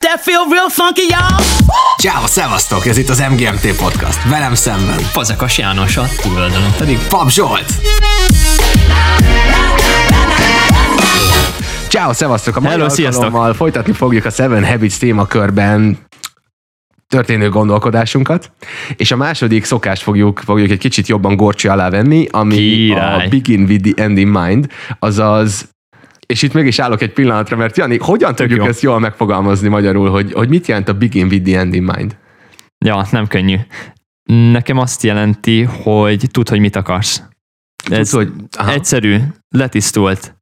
that feel real funky, y'all? Ciao, szevasztok! Ez itt az MGMT Podcast. Velem szemben Fazekas János, a túloldalon pedig Pap Zsolt. Ciao, szevasztok! A mai alkalommal folytatni fogjuk a Seven Habits témakörben történő gondolkodásunkat, és a második szokást fogjuk egy kicsit jobban górcső alá venni, ami Király. A begin with the end in mind, azaz, és itt mégis állok egy pillanatra, mert Jani, hogyan tudjuk ezt jól megfogalmazni magyarul, hogy mit jelent a begin with the end in mind? Ja, nem könnyű. Nekem azt jelenti, hogy tudd, hogy mit akarsz. Ez egyszerű, letisztult,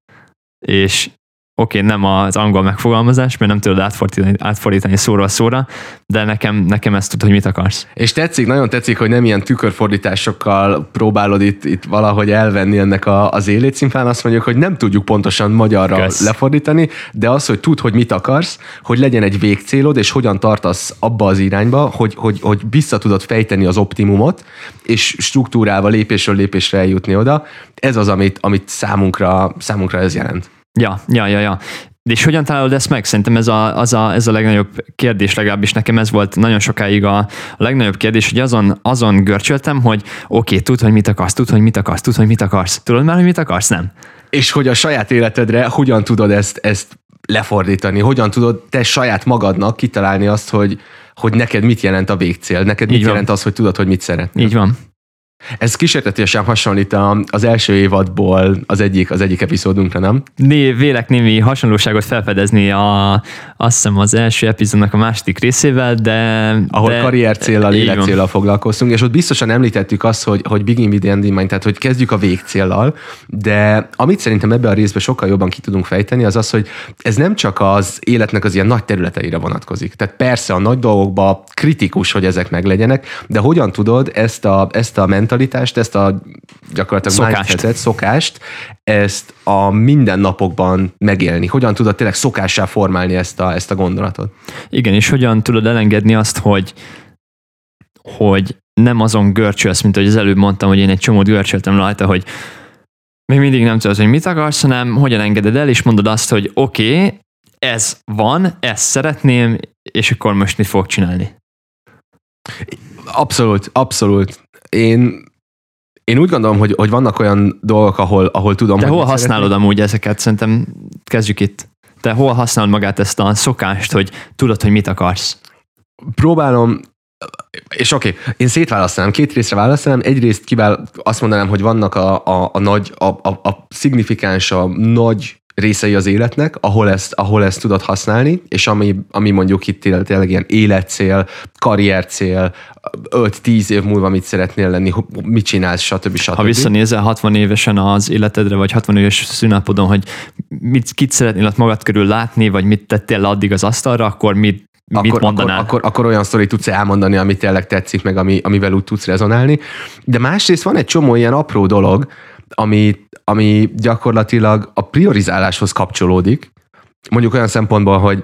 és oké, nem az angol megfogalmazás, mert nem tudod átfordítani szóról szóra, de nekem ezt tud, hogy mit akarsz. És nagyon tetszik, hogy nem ilyen tükörfordításokkal próbálod itt valahogy elvenni ennek az élét, szimplán azt mondjuk, hogy nem tudjuk pontosan magyarra lefordítani, de az, hogy tudd, hogy mit akarsz, hogy legyen egy végcélod, és hogyan tartasz abba az irányba, hogy vissza tudod fejteni az optimumot, és struktúrával lépésről lépésre eljutni oda. Ez az, amit számunkra ez jelent. Ja. És hogyan találod ezt meg? Szerintem ez a legnagyobb kérdés, legalábbis nekem ez volt nagyon sokáig a legnagyobb kérdés, hogy azon görcsöltem, hogy oké, tudd, hogy mit akarsz, tudd, hogy mit akarsz, tudd, hogy mit akarsz. Tudod már, hogy mit akarsz? Nem. És hogy a saját életedre hogyan tudod ezt lefordítani? Hogyan tudod te saját magadnak kitalálni azt, hogy neked mit jelent a végcél? Neked mit jelent az, hogy tudod, hogy mit szeretnél? Így van. Ez kísértetiesen hasonlít az első évadból az egyik epizódunkra, nem? Vélek némi hasonlóságot felfedezni azt hiszem az első epizódnak a második részével, ahol karriercéllal, életcéllal foglalkoztunk, és ott biztosan említettük azt, hogy begin with the end in mind, tehát hogy kezdjük a végcéllal, de amit szerintem ebben a részben sokkal jobban ki tudunk fejteni, az, hogy ez nem csak az életnek az ilyen nagy területeire vonatkozik. Tehát persze a nagy dolgokban kritikus, hogy ezek meglegyenek, de hogyan tudod ezt a mentalitást, ezt a gyakorlatilag mindsetet, szokást, ezt a mindennapokban megélni? Hogyan tudod tényleg szokássá formálni ezt a gondolatot? Igen, és hogyan tudod elengedni azt, hogy nem azon görcsölsz, mint ahogy az előbb mondtam, hogy én egy csomót görcsöltem rajta, hogy még mindig nem tudod, hogy mit akarsz, hanem hogyan engeded el, és mondod azt, hogy oké, ez van, ezt szeretném, és akkor most mit fogok csinálni? Abszolút. Én úgy gondolom, hogy vannak olyan dolgok, ahol tudom, de hol használod amúgy ezeket? Szerintem kezdjük itt. Te hol használod magát ezt a szokást, hogy tudod, hogy mit akarsz? Próbálom, és oké, én szétválasztanám, két részre választanám. Egyrészt azt mondanám, hogy vannak a szignifikáns, a nagy részei az életnek, ahol ezt tudod használni, és ami mondjuk itt tényleg ilyen életcél, karriercél, 5-10 év múlva mit szeretnél lenni, mit csinálsz, stb. Ha visszanézel 60 évesen az életedre, vagy 60 éves szünnapodon, hogy kit szeretnél ott magad körül látni, vagy mit tettél le addig az asztalra, akkor mit mondanál? Akkor olyan sztorit tudsz elmondani, ami tényleg tetszik, meg amivel úgy tudsz rezonálni. De másrészt van egy csomó ilyen apró dolog, ami gyakorlatilag a priorizáláshoz kapcsolódik, mondjuk olyan szempontból, hogy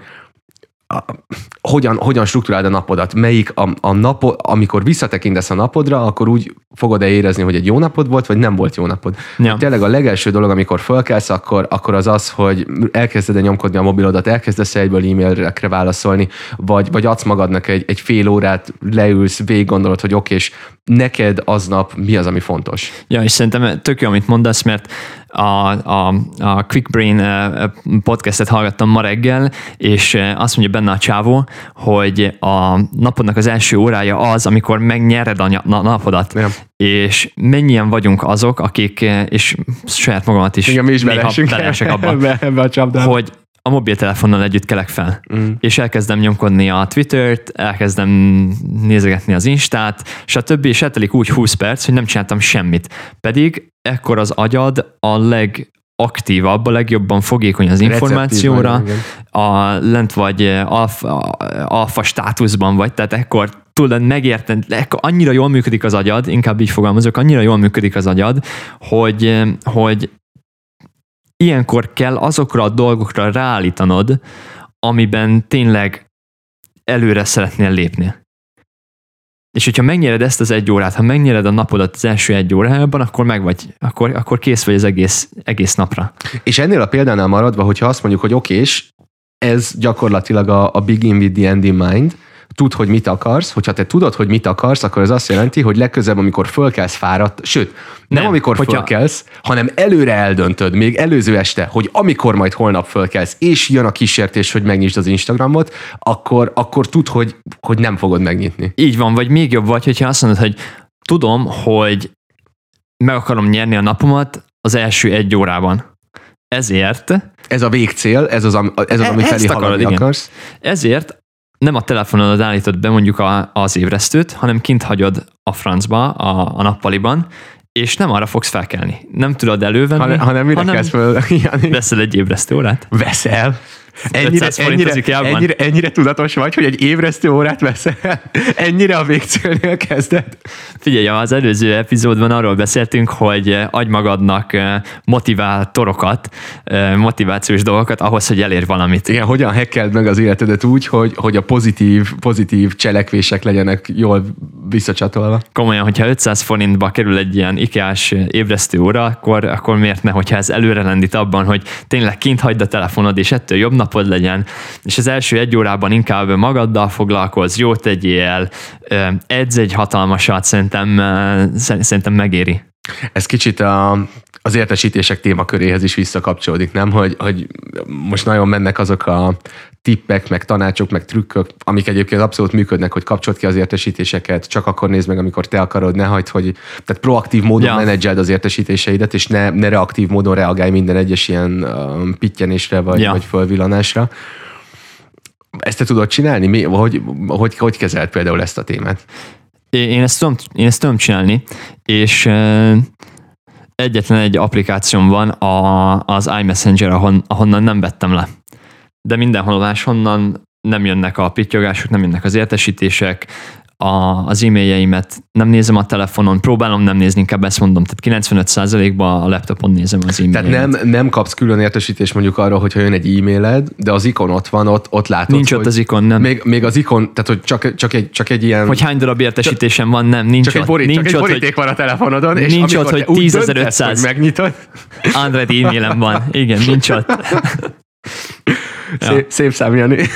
hogyan struktúráld a napodat, melyik a nap, amikor visszatekintesz a napodra, akkor úgy fogod-e érezni, hogy egy jó napod volt, vagy nem volt jó napod. Ja. Tényleg a legelső dolog, amikor fölkelsz, akkor az, hogy elkezded nyomkodni a mobilodat, elkezdesz egyből e-mailekre válaszolni, vagy adsz magadnak egy fél órát, leülsz, végig gondolod, hogy oké, és neked aznap mi az, ami fontos. Ja, és szerintem tök jó, amit mondasz, mert a Quick Brain podcastet hallgattam ma reggel, és azt mondja benne a csávó, hogy a napodnak az első órája az, amikor megnyered a napodat. Ja. És mennyien vagyunk azok, akik, és saját magamat is néha beleesek abban, hogy a mobiltelefonnal együtt kelek fel. És elkezdem nyomkodni a Twittert, elkezdem nézegetni az Instát, stb. És eltelik úgy 20 perc, hogy nem csináltam semmit. Pedig ekkor az agyad a legaktívabb, a legjobban fogékony az információra, lent vagy alfa státuszban vagy, tehát ekkor tudod megérteni, annyira jól működik az agyad, inkább így fogalmazok, annyira jól működik az agyad, hogy ilyenkor kell azokra a dolgokra ráállítanod, amiben tényleg előre szeretnél lépni. És hogyha megnyered ezt az 1 órát, ha megnyered a napodat az első 1 órájában, akkor akkor kész vagy az egész napra. És ennél a példánál maradva, hogyha azt mondjuk, hogy oké, és ez gyakorlatilag a begin with the end in mind. Tudd, hogy mit akarsz, hogyha te tudod, hogy mit akarsz, akkor ez azt jelenti, hogy legközelebb, amikor fölkelsz fáradt, sőt, nem amikor fölkelsz, hanem előre eldöntöd, még előző este, hogy amikor majd holnap fölkelsz, és jön a kísértés, hogy megnyisd az Instagramot, akkor tudd, hogy nem fogod megnyitni. Így van, vagy még jobb vagy, hogyha azt mondod, hogy tudom, hogy meg akarom nyerni a napomat az első 1 órában. Ezért... Ez a végcél, ez az, ami felé haladni akarsz. Ezért nem a telefonodat állítod be mondjuk az ébresztőt, hanem kint hagyod a francba, a nappaliban, és nem arra fogsz felkelni. Nem tudod elővenni, hanem mire kezd föl? Veszel egy ébresztő órát? Veszel? Ennyire tudatos vagy, hogy egy ébresztő órát veszel? Ennyire a végcélnél kezded? Figyelj, az előző epizódban arról beszéltünk, hogy adj magadnak motivátorokat, motivációs dolgokat ahhoz, hogy elérj valamit. Igen, hogyan hackeld meg az életedet úgy, hogy a pozitív cselekvések legyenek jól visszacsatolva. Komolyan, hogyha 500 forintba kerül egy ilyen IKEA-s ébresztő óra, akkor miért ne, hogyha ez előre lendít abban, hogy tényleg kint hagyd a telefonod, és ettől jobb napod legyen, és az első 1 órában inkább magaddal foglalkozz, jót tegyél, edz egy hatalmasat, szerintem megéri. Ez kicsit az értesítések témaköréhez is visszakapcsolódik, nem? Hogy most nagyon mennek azok a tippek, meg tanácsok, meg trükkök, amik egyébként abszolút működnek, hogy kapcsold ki az értesítéseket, csak akkor nézd meg, amikor te akarod, ne hagyd, tehát proaktív módon menedzseld az értesítéseidet, és ne reaktív módon reagálj minden egyes ilyen pittyenésre, vagy fölvillanásra. Ezt te tudod csinálni? Hogy kezeld például ezt a témát? Én ezt tudom csinálni, és egyetlen egy applikációm van, az iMessenger, ahonnan nem vettem le. De mindenhol máshonnan nem jönnek a pittyogások, nem jönnek az értesítések, az e-mailjeimet nem nézem a telefonon, próbálom nem nézni, inkább ezt mondom, tehát 95%-ban a laptopon nézem az e-mailjeimet. Tehát nem kapsz külön értesítést mondjuk arról, hogyha jön egy e-mailed, de az ikon ott van, ott látod. Nincs ott az ikon, nem. Még az ikon, tehát hogy csak egy ilyen... Hogy hány darab értesítésem van, nem, nincs csak ott. Csak egy boríték van a telefonodon, és nincs ott, hogy 10.500 hogy megnyitod. Android e-mailem van. Igen, nincs ott. Szép szám, Jani.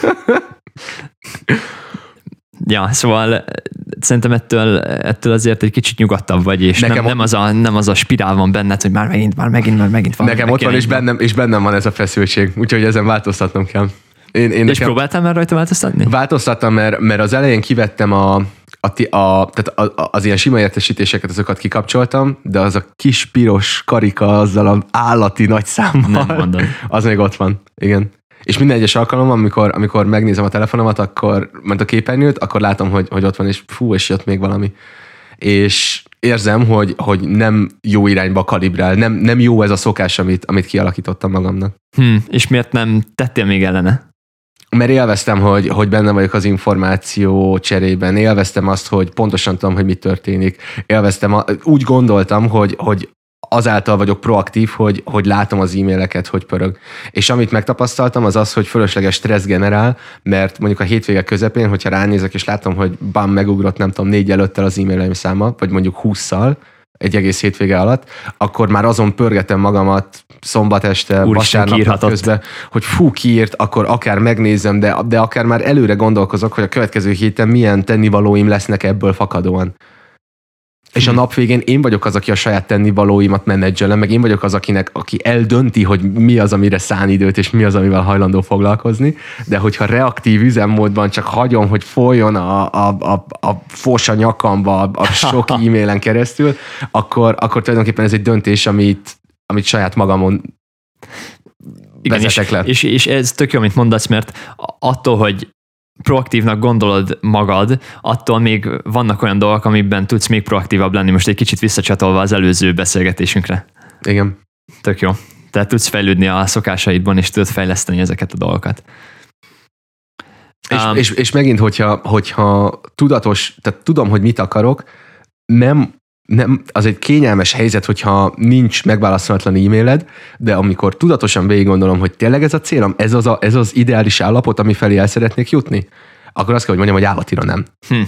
Ja, szóval szerintem ettől azért egy kicsit nyugodtabb vagy, és nem az a spirál van benned, hogy már megint van. Nekem ott van, és bennem van ez a feszültség, úgyhogy ezen változtatnom kell. És próbáltál már rajta változtatni? Változtattam, mert az elején kivettem tehát az ilyen sima értesítéseket, azokat kikapcsoltam, de az a kis piros karika azzal az állati nagy számmal, nem mondod. Az még ott van, igen. És minden egyes alkalommal, amikor megnézem a telefonomat, akkor ment a képernyőt, akkor látom, hogy ott van, és és jött még valami. És érzem, hogy nem jó irányba kalibrál, nem jó ez a szokás, amit kialakítottam magamnak. És miért nem tettél még ellene? Mert élveztem, hogy benne vagyok az információ cserében, élveztem azt, hogy pontosan tudom, hogy mi történik. Úgy gondoltam, hogy azáltal vagyok proaktív, hogy látom az e-maileket, hogy pörög. És amit megtapasztaltam, az, hogy fölösleges stressz generál, mert mondjuk a hétvége közepén, hogyha ránézek, és látom, hogy bám, megugrott, nem tudom, 4 előttel az e-maileim száma, vagy mondjuk 20-szal, egy egész hétvége alatt, akkor már azon pörgetem magamat szombat este, vasárnap közben, hogy kiírt, akkor akár megnézem, de akár már előre gondolkozok, hogy a következő héten milyen tennivalóim lesznek ebből fakadóan. És a nap végén én vagyok az, aki a saját tennivalóimat menedzselem, meg én vagyok az, aki eldönti, hogy mi az, amire szán időt, és mi az, amivel hajlandó foglalkozni, de hogyha reaktív üzemmódban csak hagyom, hogy folyjon a fos a nyakamba a sok e-mailen keresztül, akkor tulajdonképpen ez egy döntés, amit saját magamon vezetek le. És ez tök jó, amit mondasz, mert attól, hogy proaktívnak gondolod magad, attól még vannak olyan dolgok, amiben tudsz még proaktívabb lenni, most egy kicsit visszacsatolva az előző beszélgetésünkre. Igen. Tök jó. Tehát tudsz fejlődni a szokásaidban, és tudod fejleszteni ezeket a dolgokat. És megint, hogyha tudatos, tehát tudom, hogy mit akarok, nem, az egy kényelmes helyzet, hogyha nincs megválaszolatlan e-mailed, de amikor tudatosan végig gondolom, hogy tényleg ez a célom, ez az ideális állapot, ami felé el szeretnék jutni, akkor azt kell, hogy mondjam, hogy állatira nem.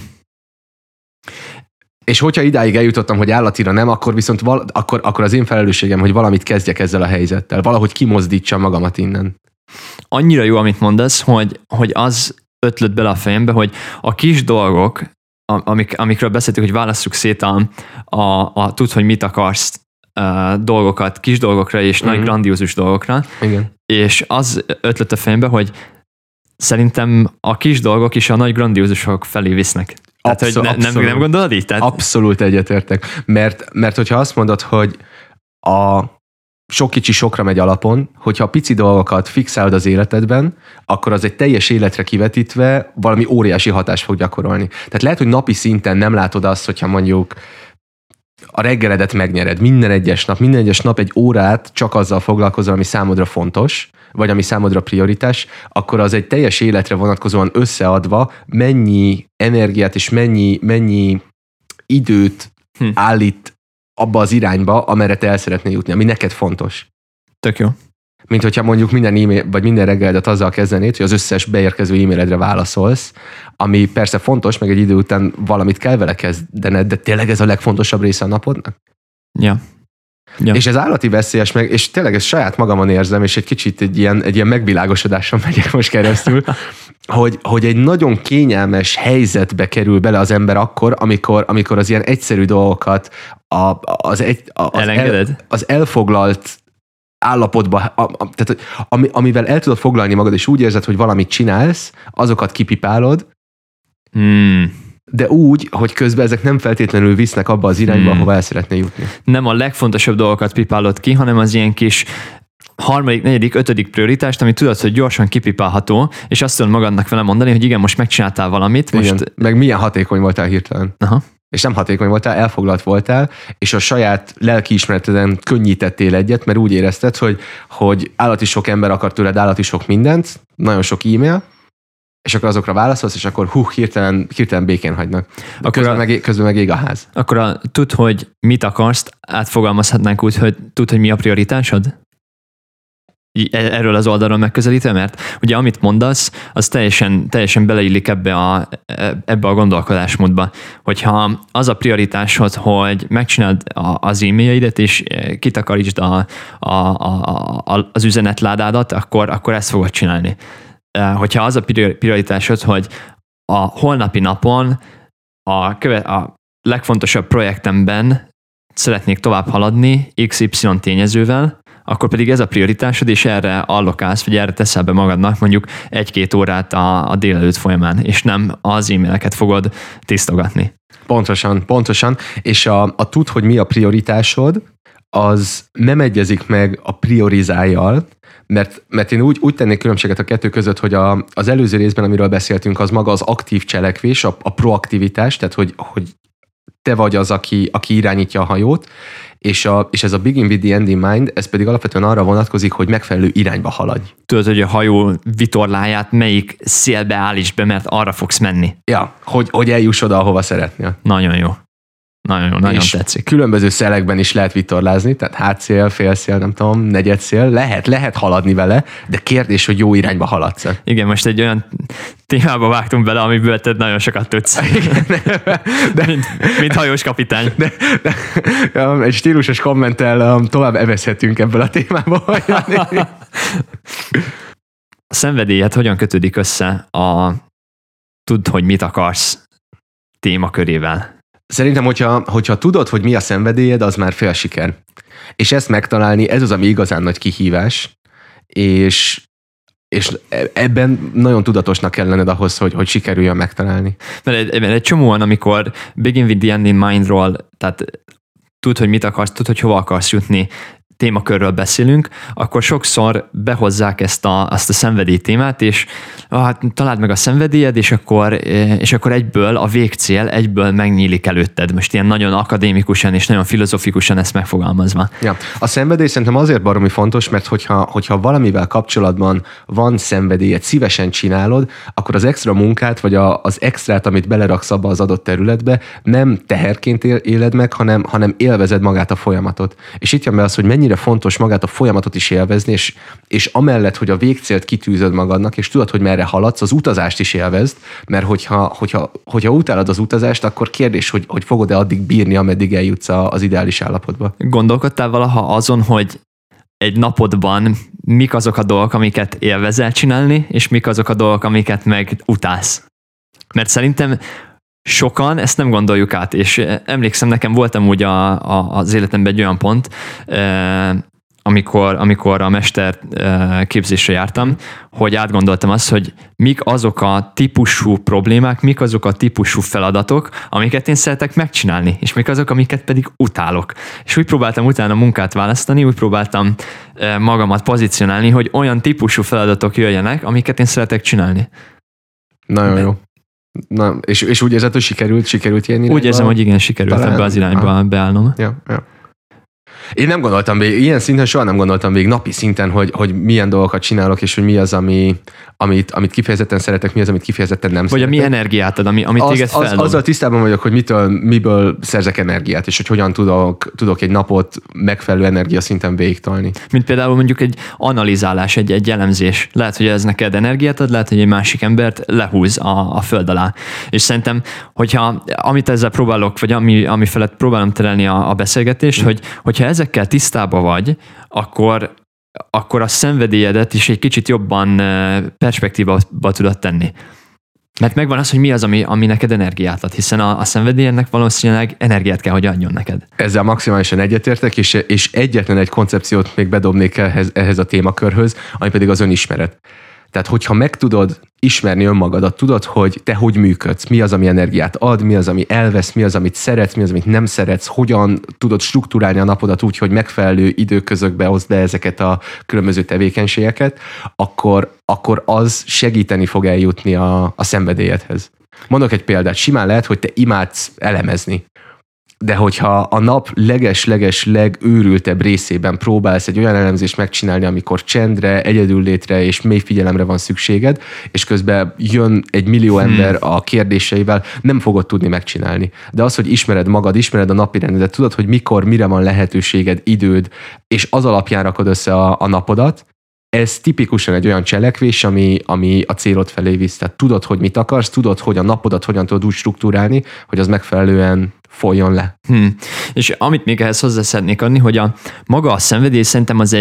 És hogyha idáig eljutottam, hogy állatira nem, akkor viszont akkor az én felelősségem, hogy valamit kezdjek ezzel a helyzettel, valahogy kimozdítsam magamat innen. annyira jó, amit mondasz, hogy az ötlött bele a fejembe, hogy a kis dolgok, amikről beszéltük, hogy válasszuk szét a tudd, hogy mit akarsz dolgokat kis dolgokra és nagy grandiózus dolgokra. Igen. És az ötlött a fejembe, hogy szerintem a kis dolgok is a nagy grandiózusok felé visznek. Tehát, hogy nem gondolod így? Tehát... Abszolút egyetértek. Mert hogyha azt mondod, hogy a sok kicsi sokra megy alapon, hogyha a pici dolgokat fixálod az életedben, akkor az egy teljes életre kivetítve valami óriási hatást fog gyakorolni. Tehát lehet, hogy napi szinten nem látod azt, hogyha mondjuk a reggeledet megnyered minden egyes nap egy órát csak azzal foglalkozol, ami számodra fontos, vagy ami számodra prioritás, akkor az egy teljes életre vonatkozóan összeadva mennyi energiát és mennyi időt állít abba az irányba, amerre te el szeretnél jutni, ami neked fontos. Tök jó. Mint hogyha mondjuk minden e-mail, vagy minden reggeledet azzal kezdenéd, hogy az összes beérkező e-mailedre válaszolsz, ami persze fontos, meg egy idő után valamit kell vele kezdened, de tényleg ez a legfontosabb része a napodnak? Ja. És ez állati veszélyes, és tényleg ezt saját magamon érzem, és egy kicsit egy ilyen megvilágosodáson megyek most keresztül, hogy egy nagyon kényelmes helyzetbe kerül bele az ember akkor, amikor az ilyen egyszerű dolgokat az elfoglalt állapotba, tehát amivel el tudod foglalni magad, és úgy érzed, hogy valamit csinálsz, azokat kipipálod, de úgy, hogy közben ezek nem feltétlenül visznek abba az irányba, ahova el szeretnél jutni. Nem a legfontosabb dolgokat pipálod ki, hanem az ilyen kis 3., 4., 5. prioritást, ami tudod, hogy gyorsan kipipálható, és azt tudod magadnak vele mondani, hogy igen, most megcsináltál valamit. Igen, meg milyen hatékony voltál hirtelen. Aha. És nem hatékony voltál, elfoglalt voltál, és a saját lelkiismereteden könnyítettél egyet, mert úgy érezted, hogy állati sok ember akar tőled állati sok mindent, nagyon sok e-mail, és akkor azokra válaszolsz, és akkor hirtelen békén hagynak. Közben meg ég a ház. Akkor tudd, hogy mit akarsz, átfogalmazhatnánk úgy, hogy tudd, hogy mi a prioritásod? Erről az oldalról megközelítve, mert ugye amit mondasz, az teljesen beleillik ebbe a gondolkodásmódba. Hogyha az a prioritásod, hogy megcsináld az e-mailjeidet, és kitakarítsd az üzenetládádat, akkor ezt fogod csinálni. Hogyha az a prioritásod, hogy a holnapi napon a legfontosabb projektemben szeretnék tovább haladni XY tényezővel, akkor pedig ez a prioritásod, és erre allokálsz, vagy erre teszel be magadnak mondjuk 1-2 órát a délelőtt folyamán, és nem az e-maileket fogod tisztogatni. Pontosan. És a tudd, hogy mi a prioritásod, az nem egyezik meg a priorizáljal, mert én úgy tennék különbséget a kettő között, hogy az előző részben, amiről beszéltünk, az maga az aktív cselekvés, a proaktivitás, tehát hogy te vagy az, aki irányítja a hajót, és ez a begin with the end in mind, ez pedig alapvetően arra vonatkozik, hogy megfelelő irányba haladj. Tudod, hogy a hajó vitorláját melyik szélbe állítsd be, mert arra fogsz menni. Ja, hogy eljuss oda, ahova szeretnél. Nagyon jó. Nagyon tetszik. Különböző szelekben is lehet vitorlázni, tehát hátszél, félszél, nem tudom, negyedszél, lehet haladni vele, de kérdés, hogy jó irányba haladsz. Igen, most egy olyan témába vágtunk bele, amiből te nagyon sokat tudsz. Mint hajós kapitány. De egy stílusos kommenttel tovább evezhetünk ebből a témából. A szenvedélyed hogyan kötődik össze a tudd, hogy mit akarsz témakörével? Szerintem, hogyha tudod, hogy mi a szenvedélyed, az már fél siker. És ezt megtalálni, ez az, ami igazán nagy kihívás, és ebben nagyon tudatosnak kell lenned ahhoz, hogy sikerüljön megtalálni. Mert egy csomóan, amikor begin with the end in mindról, tehát tudd, hogy mit akarsz, tudd, hogy hova akarsz jutni, témakörről beszélünk, akkor sokszor behozzák azt a szenvedély témát, és találd meg a szenvedélyed, és akkor egyből a végcél egyből megnyílik előtted. Most ilyen nagyon akadémikusan és nagyon filozofikusan ezt megfogalmazva. Ja. A szenvedély szerintem azért baromi fontos, mert hogyha valamivel kapcsolatban van szenvedélyed, szívesen csinálod, akkor az extra munkát, vagy az extrát, amit beleraksz abba az adott területbe, nem teherként éled meg, hanem élvezed magát a folyamatot. És itt jön be az, hogy mennyire fontos magát a folyamatot is élvezni, és amellett, hogy a végcélt kitűzöd magadnak, és tudod, hogy merre haladsz, az utazást is élvezd, mert hogyha utálod az utazást, akkor kérdés, hogy fogod-e addig bírni, ameddig eljutsz az ideális állapotba. Gondolkodtál valaha azon, hogy egy napodban mik azok a dolgok, amiket élvezel csinálni, és mik azok a dolgok, amiket meg utálsz. Mert szerintem sokan ezt nem gondoljuk át, és emlékszem, nekem voltam úgy az életemben egy olyan pont, amikor a mester képzésre jártam, hogy átgondoltam azt, hogy mik azok a típusú problémák, mik azok a típusú feladatok, amiket én szeretek megcsinálni, és mik azok, amiket pedig utálok. És úgy próbáltam utána munkát választani, úgy próbáltam magamat pozícionálni, hogy olyan típusú feladatok jöjjenek, amiket én szeretek csinálni. Nagyon jó. Na, és úgy érzed, hogy sikerült ilyen irányba? Úgy érzem, hogy igen, sikerült ebbe az irányba beállnom. Ja. Én nem gondoltam végig, ilyen szinten soha nem gondoltam végig napi szinten, hogy milyen dolgokat csinálok, és hogy mi az, amit kifejezetten szeretek, mi az, amit kifejezetten nem szeretek. Vagy a mi energiát ad, amit téged feldob. Azzal tisztában vagyok, hogy miből szerzek energiát, és hogy hogyan tudok egy napot megfelelő energiaszinten végigtolni. Mint például mondjuk egy analizálás, egy elemzés. Lehet, hogy ez neked energiát ad, lehet, hogy egy másik embert lehúz a föld alá. És szerintem, hogyha amit ezzel próbálok, vagy ami felett próbálom terelni a beszélgetést, hogyha ezekkel tisztában vagy, akkor a szenvedélyedet is egy kicsit jobban perspektívába tudod tenni. Mert megvan az, hogy mi az, ami neked energiát ad, hiszen a szenvedélyednek valószínűleg energiát kell, hogy adjon neked. Ezzel maximálisan egyetértek, és egyetlen egy koncepciót még bedobnék ehhez a témakörhöz, ami pedig az önismeret. Tehát, hogyha meg tudod ismerni önmagadat, tudod, hogy te hogy működsz, mi az, ami energiát ad, mi az, ami elvesz, mi az, amit szeretsz, mi az, amit nem szeretsz, hogyan tudod strukturálni a napodat úgy, hogy megfelelő időközökbe hozd be ezeket a különböző tevékenységeket, akkor az segíteni fog eljutni a szenvedélyedhez. Mondok egy példát, simán lehet, hogy te imádsz elemezni, de hogyha a nap leges legőrültebb részében próbálsz egy olyan elemzést megcsinálni, amikor csendre, egyedüllétre és mély figyelemre van szükséged, és közben jön egy millió ember a kérdéseivel, nem fogod tudni megcsinálni. De az, hogy ismered magad, ismered a napirendedet, tudod, hogy mikor, mire van lehetőséged, időd, és az alapján rakod össze a napodat, ez tipikusan egy olyan cselekvés, ami a célod felé visz. Tehát tudod, hogy mit akarsz, tudod, hogy a napodat hogyan tudod úgy struktúrálni, hogy az megfelelően folyjon le. És amit még ehhez hozzá szeretnék adni, hogy maga a szenvedély szerintem az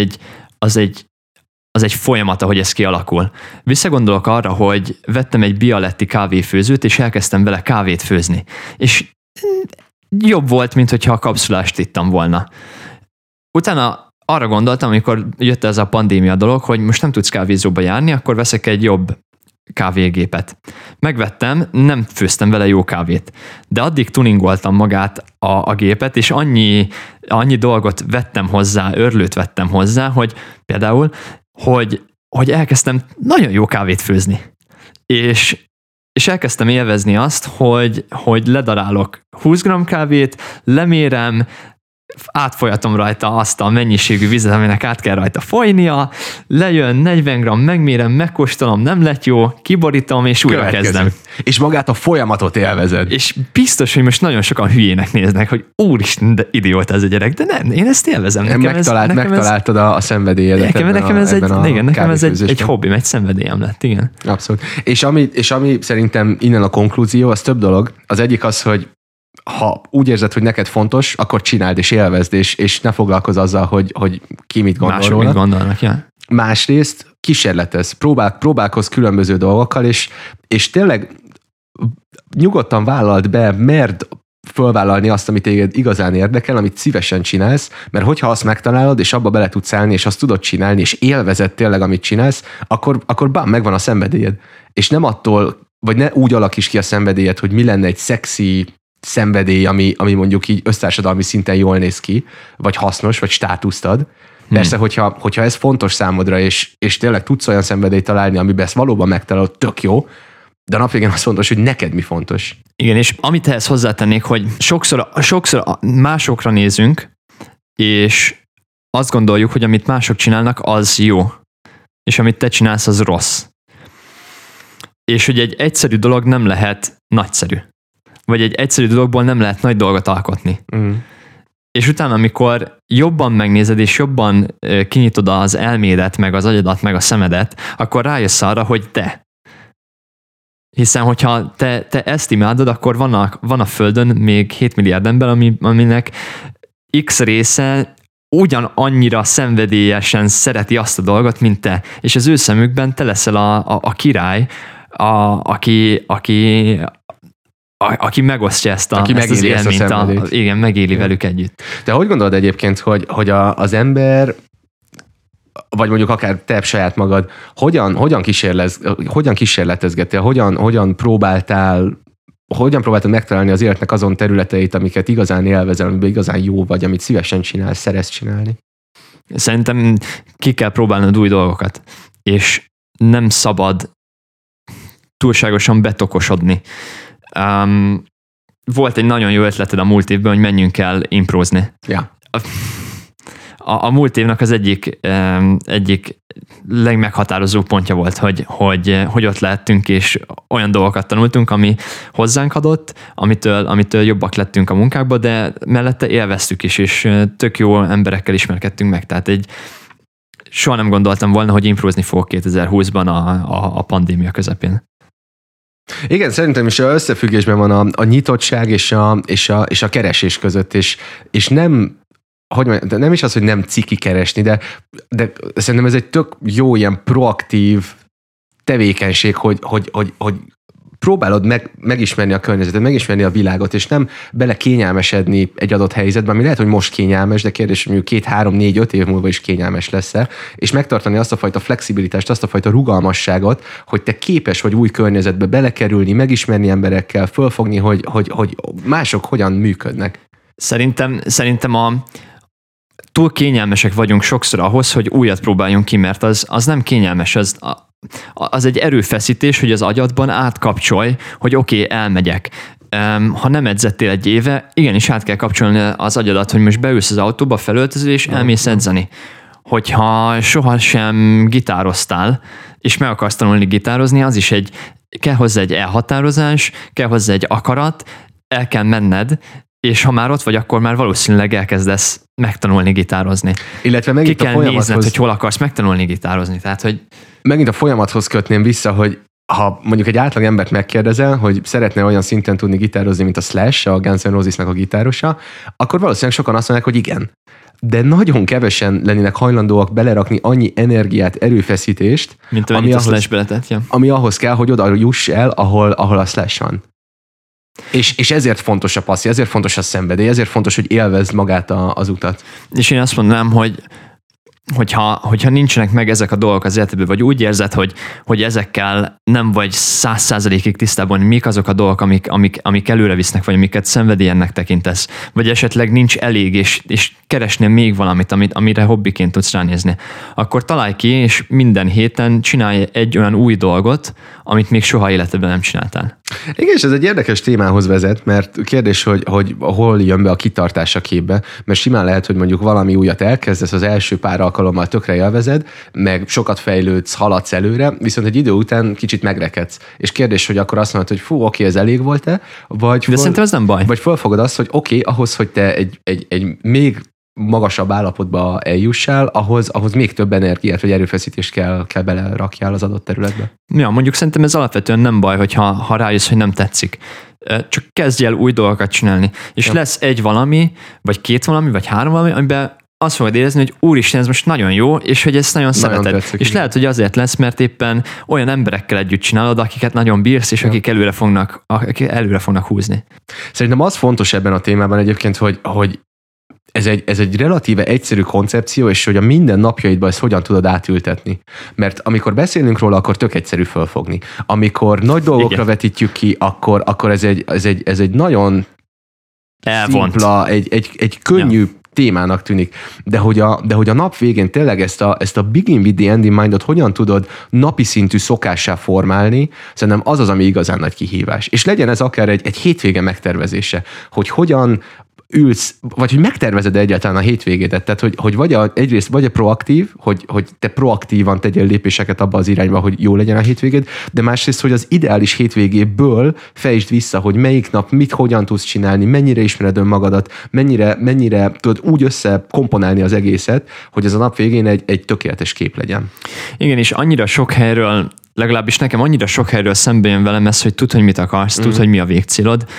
egy folyamat, ahogy ez kialakul. Visszagondolok arra, hogy vettem egy Bialetti kávéfőzőt, és elkezdtem vele kávét főzni. És jobb volt, mint hogyha a kapszulást ittam volna. Utána arra gondoltam, amikor jött ez a pandémia dolog, hogy most nem tudsz kávézóba járni, akkor veszek egy jobb kávégépet. Megvettem, nem főztem vele jó kávét, de addig tuningoltam magát a gépet, és annyi dolgot vettem hozzá, örlőt vettem hozzá, hogy például, hogy elkezdtem nagyon jó kávét főzni. És elkezdtem élvezni azt, hogy ledarálok 20 g kávét, lemérem, átfolyatom rajta azt a mennyiségű vizet, aminek át kell rajta folynia, lejön 40 g, megmérem, megkóstolom, nem lett jó, kiborítom, és újra kezdem. És magát a folyamatot élvezed. És biztos, hogy most nagyon sokan hülyének néznek, hogy úristen, de idióta ez a gyerek, de nem, én ezt élvezem. Megtaláltad a szenvedélyedet. Nekem ez egy hobbim, egy szenvedélyem lett, igen. Abszolút. És ami szerintem innen a konklúzió, az több dolog. Az egyik az, hogy ha úgy érzed, hogy neked fontos, akkor csináld és élvezd, és ne foglalkozz azzal, hogy ki mit gondol Mások róla. mit gondolnak, ja. Másrészt kísérletez, próbálkozz különböző dolgokkal, és tényleg nyugodtan vállald be, merd fölvállalni azt, amit téged igazán érdekel, amit szívesen csinálsz, mert hogyha azt megtalálod, és abba bele tudsz állni, és azt tudod csinálni, és élvezed tényleg, amit csinálsz, akkor bám, megvan a szenvedélyed. És nem attól, vagy ne úgy alakíts ki a szenvedélyed, hogy mi lenne egy szexi szenvedély, ami mondjuk így össztársadalmi szinten jól néz ki, vagy hasznos, vagy státuszt ad. Persze, hogyha ez fontos számodra, és tényleg tudsz olyan szenvedélyt találni, amiben ezt valóban megtalálod, tök jó, de a nap végén az fontos, hogy neked mi fontos. Igen, és amit ehhez hozzátennék, hogy sokszor másokra nézünk, és azt gondoljuk, hogy amit mások csinálnak, az jó, és amit te csinálsz, az rossz. És hogy egy egyszerű dolog nem lehet nagyszerű. Vagy egy egyszerű dologból nem lehet nagy dolgot alkotni. És utána, amikor jobban megnézed, és jobban kinyitod az elmédet, meg az agyadat, meg a szemedet, akkor rájössz arra, hogy te. Hiszen, hogyha te ezt imádod, akkor van a Földön még 7 milliárd ember, aminek X része ugyanannyira szenvedélyesen szereti azt a dolgot, mint te. És az ő szemükben te leszel a király, aki megosztja ezt az élményt, igen, megéli velük együtt. Te hogy gondolod egyébként, hogy az ember, vagy mondjuk akár te saját magad, hogyan kísérletezgettél, hogyan próbáltad megtalálni az életnek azon területeit, amiket igazán élvezel, amiben igazán jó vagy, amit szívesen csinálsz, szeretsz csinálni? Szerintem ki kell próbálnod új dolgokat, és nem szabad túlságosan betokosodni. Volt egy nagyon jó ötleted a múlt évben, hogy menjünk el improzni. Ja. A múlt évnek az egyik legmeghatározó pontja volt, hogy ott lehettünk, és olyan dolgokat tanultunk, ami hozzánk adott, amitől jobbak lettünk a munkákba, de mellette élveztük is, és tök jó emberekkel ismerkedtünk meg. Tehát soha nem gondoltam volna, hogy improzni fogok 2020-ban a pandémia közepén. Igen, szerintem is összefüggésben van a nyitottság és a keresés között, és nem, nem is az, hogy nem ciki keresni, de szerintem ez egy tök jó ilyen proaktív tevékenység, hogy próbálod megismerni a környezetet, megismerni a világot, és nem bele kényelmesedni egy adott helyzetben, ami lehet, hogy most kényelmes, de kérdés, hogy 2, 3, 4, 5 év múlva is kényelmes lesz-e, és megtartani azt a fajta flexibilitást, azt a fajta rugalmasságot, hogy te képes vagy új környezetbe belekerülni, megismerni emberekkel, fölfogni, hogy mások hogyan működnek. Szerintem túl kényelmesek vagyunk sokszor ahhoz, hogy újat próbáljunk ki, mert az nem kényelmes, az egy erőfeszítés, hogy az agyadban átkapcsolj, hogy oké, elmegyek. Ha nem edzettél egy éve, igenis át kell kapcsolni az agyadat, hogy most beülsz az autóba, felöltözöl, és elmész edzeni. Hogyha sohasem gitároztál, és meg akarsz tanulni gitározni, az is kell hozzá egy elhatározás, kell hozzá egy akarat, el kell menned, és ha már ott vagy, akkor már valószínűleg elkezdesz megtanulni gitározni. Illetve megint ki kell nézned, hogy hol akarsz megtanulni gitározni. Tehát, hogy megint a folyamathoz kötném vissza, hogy ha mondjuk egy átlag embert megkérdezel, hogy szeretne olyan szinten tudni gitározni, mint a Slash, a Guns N' Rosesnek a gitárosa, akkor valószínűleg sokan azt mondják, hogy igen. De nagyon kevesen lennének hajlandóak belerakni annyi energiát, erőfeszítést, mint ami a Slash beletett, ja. Ami ahhoz kell, hogy oda juss el, ahol a Slash van. És ezért fontos a passzió, ezért fontos a szenvedély, ezért fontos, hogy élvezd magát az utat. És én azt mondanám, hogyha nincsenek meg ezek a dolgok az életedben, vagy úgy érzed, hogy ezekkel nem vagy 100%-ig tisztában, hogy mik azok a dolgok, amik előre visznek, vagy amiket szenvedélyennek tekintesz, vagy esetleg nincs elég, és keresnél még valamit, amire hobbiként tudsz ránézni, akkor találj ki, és minden héten csinálj egy olyan új dolgot, amit még soha életedben nem csináltál. Igen, és ez egy érdekes témához vezet, mert kérdés, hogy hol jön be a kitartás a képbe, mert simán lehet, hogy mondjuk valami újat elkezdesz, az első pár alkalommal tökre élvezed, meg sokat fejlődsz, haladsz előre, viszont egy idő után kicsit megrekedsz. És kérdés, hogy akkor azt mondod, hogy fú, oké, ez elég volt-e? De szerintem ez nem baj. Vagy fölfogod azt, hogy oké, ahhoz, hogy te egy még magasabb állapotba eljussál, ahhoz még több energiát vagy erőfeszítést kell belerakjál az adott területbe. Ja, mondjuk szerintem ez alapvetően nem baj, hogyha rájössz, hogy nem tetszik. Csak kezdj el új dolgokat csinálni. És lesz egy valami, vagy két valami, vagy három valami, amiben azt fogod érezni, hogy úristen, ez most nagyon jó, és hogy ezt nagyon szereted. Tetszik, és lehet, hogy azért lesz, mert éppen olyan emberekkel együtt csinálod, akiket nagyon bírsz, és akik előre fognak húzni. Szerintem az fontos ebben a témában egyébként, hogy ez egy relatíve egyszerű koncepció, és hogy a minden napjaidban ezt hogyan tudod átültetni. Mert amikor beszélünk róla, akkor tök egyszerű fölfogni. Amikor nagy dolgokra vetítjük ki, akkor ez egy nagyon szimpla, egy könnyű témának tűnik. De hogy a nap végén tényleg ezt a begin with the end in mindot hogyan tudod napi szintű szokássá formálni, szerintem az, ami igazán nagy kihívás. És legyen ez akár egy hétvége megtervezése, hogy hogyan ülsz, vagy hogy megtervezed egyáltalán a hétvégédet, tehát hogy egyrészt vagy proaktív, hogy te proaktívan tegyél lépéseket abba az irányba, hogy jó legyen a hétvégéd, de másrészt, hogy az ideális hétvégéből fejtsd vissza, hogy melyik nap mit, hogyan tudsz csinálni, mennyire ismered önmagadat, mennyire tudod úgy összekomponálni az egészet, hogy ez a nap végén egy tökéletes kép legyen. Igen, és annyira sok helyről, legalábbis nekem annyira sok helyről szembe jön velem ez, hogy tudd, hogy mit akarsz, tudd, hogy mi a végcélod,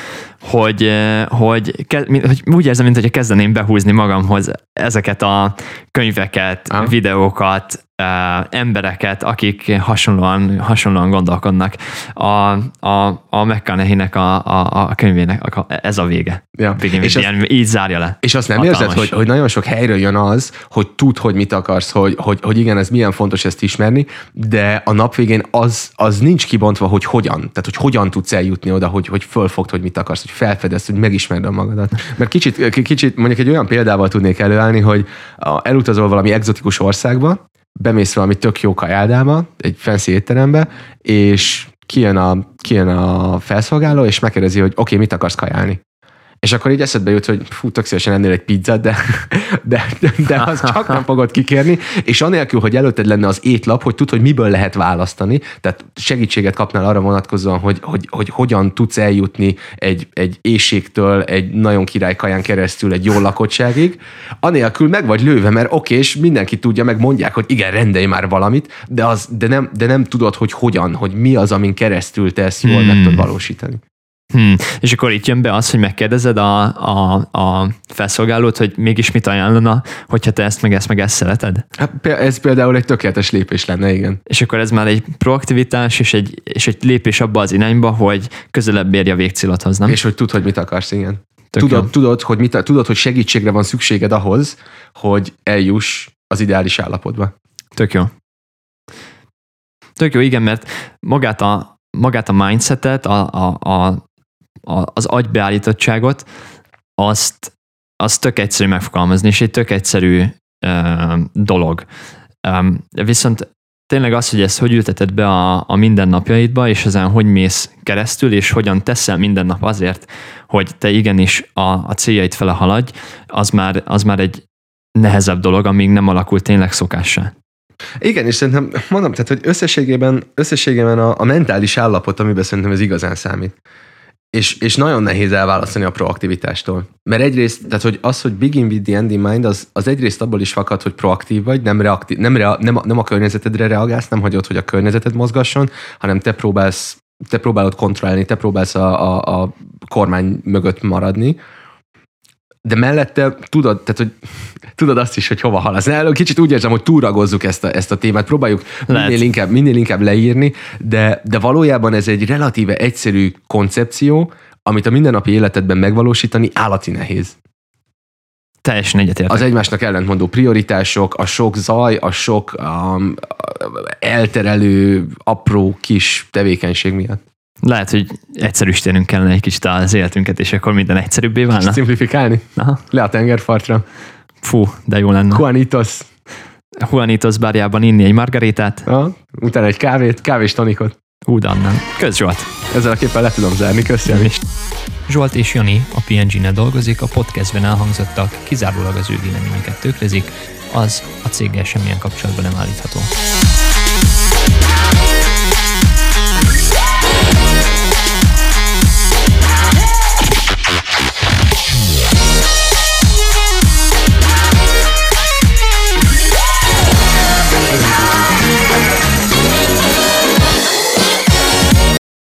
hogy úgy érzem, mintha kezdeném behúzni magamhoz ezeket a könyveket, videókat, embereket, akik hasonlóan gondolkodnak. A McConaughey-nek a könyvének ez a vége. Ja. És így zárja le. És azt nem érzed, hogy nagyon sok helyről jön az, hogy tudd, hogy mit akarsz, hogy igen, ez milyen fontos ezt ismerni, de a nap végén az nincs kibontva, hogy hogyan. Tehát, hogy hogyan tudsz eljutni oda, hogy fölfogd, hogy mit akarsz, hogy felfedezd, hogy megismerd a magadat. Mert kicsit mondjuk egy olyan példával tudnék előállni, hogy elutazol valami egzotikus országba, bemész valami tök jó kajádába, egy fancy étterembe, és kijön a felszolgáló, és megkérdezi, hogy oké, mit akarsz kajálni? És akkor így eszedbe jut, hogy tök szívesen ennél egy pizzát, de azt csak nem fogod kikérni, és anélkül, hogy előtted lenne az étlap, hogy tudd, hogy miből lehet választani, tehát segítséget kapnál arra vonatkozóan, hogy hogyan tudsz eljutni egy éhségtől egy nagyon király kaján keresztül egy jó lakottságig, anélkül meg vagy lőve, mert oké, és mindenki tudja, meg mondják, hogy igen, rendelj már valamit, de nem tudod, hogy hogyan, hogy mi az, amin keresztül te ezt jól meg tudod valósítani. És akkor itt jön be az, hogy megkérdezed a felszolgálót, hogy mégis mit ajánlana, hogyha te ezt meg ezt szereted? Hát ez például egy tökéletes lépés lenne, igen. És akkor ez már egy proaktivitás, és egy lépés abba az irányba, hogy közelebb érj a végcélodhoz, nem? És hogy tudd, hogy mit akarsz, igen. Tudod, hogy segítségre van szükséged ahhoz, hogy eljuss az ideális állapotba. Tök jó. Tök jó, igen, mert magát a mindsetet, az agybeállítottságot, azt tök egyszerű megfogalmazni, és egy tök egyszerű dolog. Viszont tényleg az, hogy ezt hogy ülteted be a mindennapjaidba, és ezen hogy mész keresztül, és hogyan teszel minden nap azért, hogy te igenis a céljaid fele haladj, az már egy nehezebb dolog, amíg nem alakul tényleg szokássá. Igen, és szerintem mondom, tehát, hogy összességében a mentális állapot, amiben szerintem ez igazán számít. És nagyon nehéz elválasztani a proaktivitástól. Mert egyrészt, tehát hogy az, hogy begin with the end in mind, az egyrészt abból is fakad, hogy proaktív vagy, nem reaktív, nem a környezetedre reagálsz, nem hagyod, hogy a környezeted mozgasson, hanem te próbálod kontrollálni, te próbálsz a kormány mögött maradni. De mellette tudod azt is, hogy hova haladsz. Kicsit úgy érzem, hogy túlragozzuk ezt a témát, próbáljuk minél inkább leírni, de valójában ez egy relatíve egyszerű koncepció, amit a mindennapi életedben megvalósítani állati nehéz. Teljesen egyetértek. Az egymásnak ellentmondó prioritások, a sok zaj, a sok elterelő, apró kis tevékenység miatt. Lehet, hogy egyszerűsítenünk kellene egy kicsit az életünket, és akkor minden egyszerűbbé válna. És szimplifikálni? Aha. Le a tengerpartra. Fú, de jó lenne. Juanitos bárjában inni egy margaritát. Utána egy kávés tonikot. De annan. Kösz, Zsolt. Ezzel a képpel le tudom zárni, köszönöm is. Zsolt és Jani a PNG-nél dolgozik, a podcastben elhangzottak, kizárólag az ő véleményeket tükrözik, az a céggel semmilyen kapcsolatban nem állítható.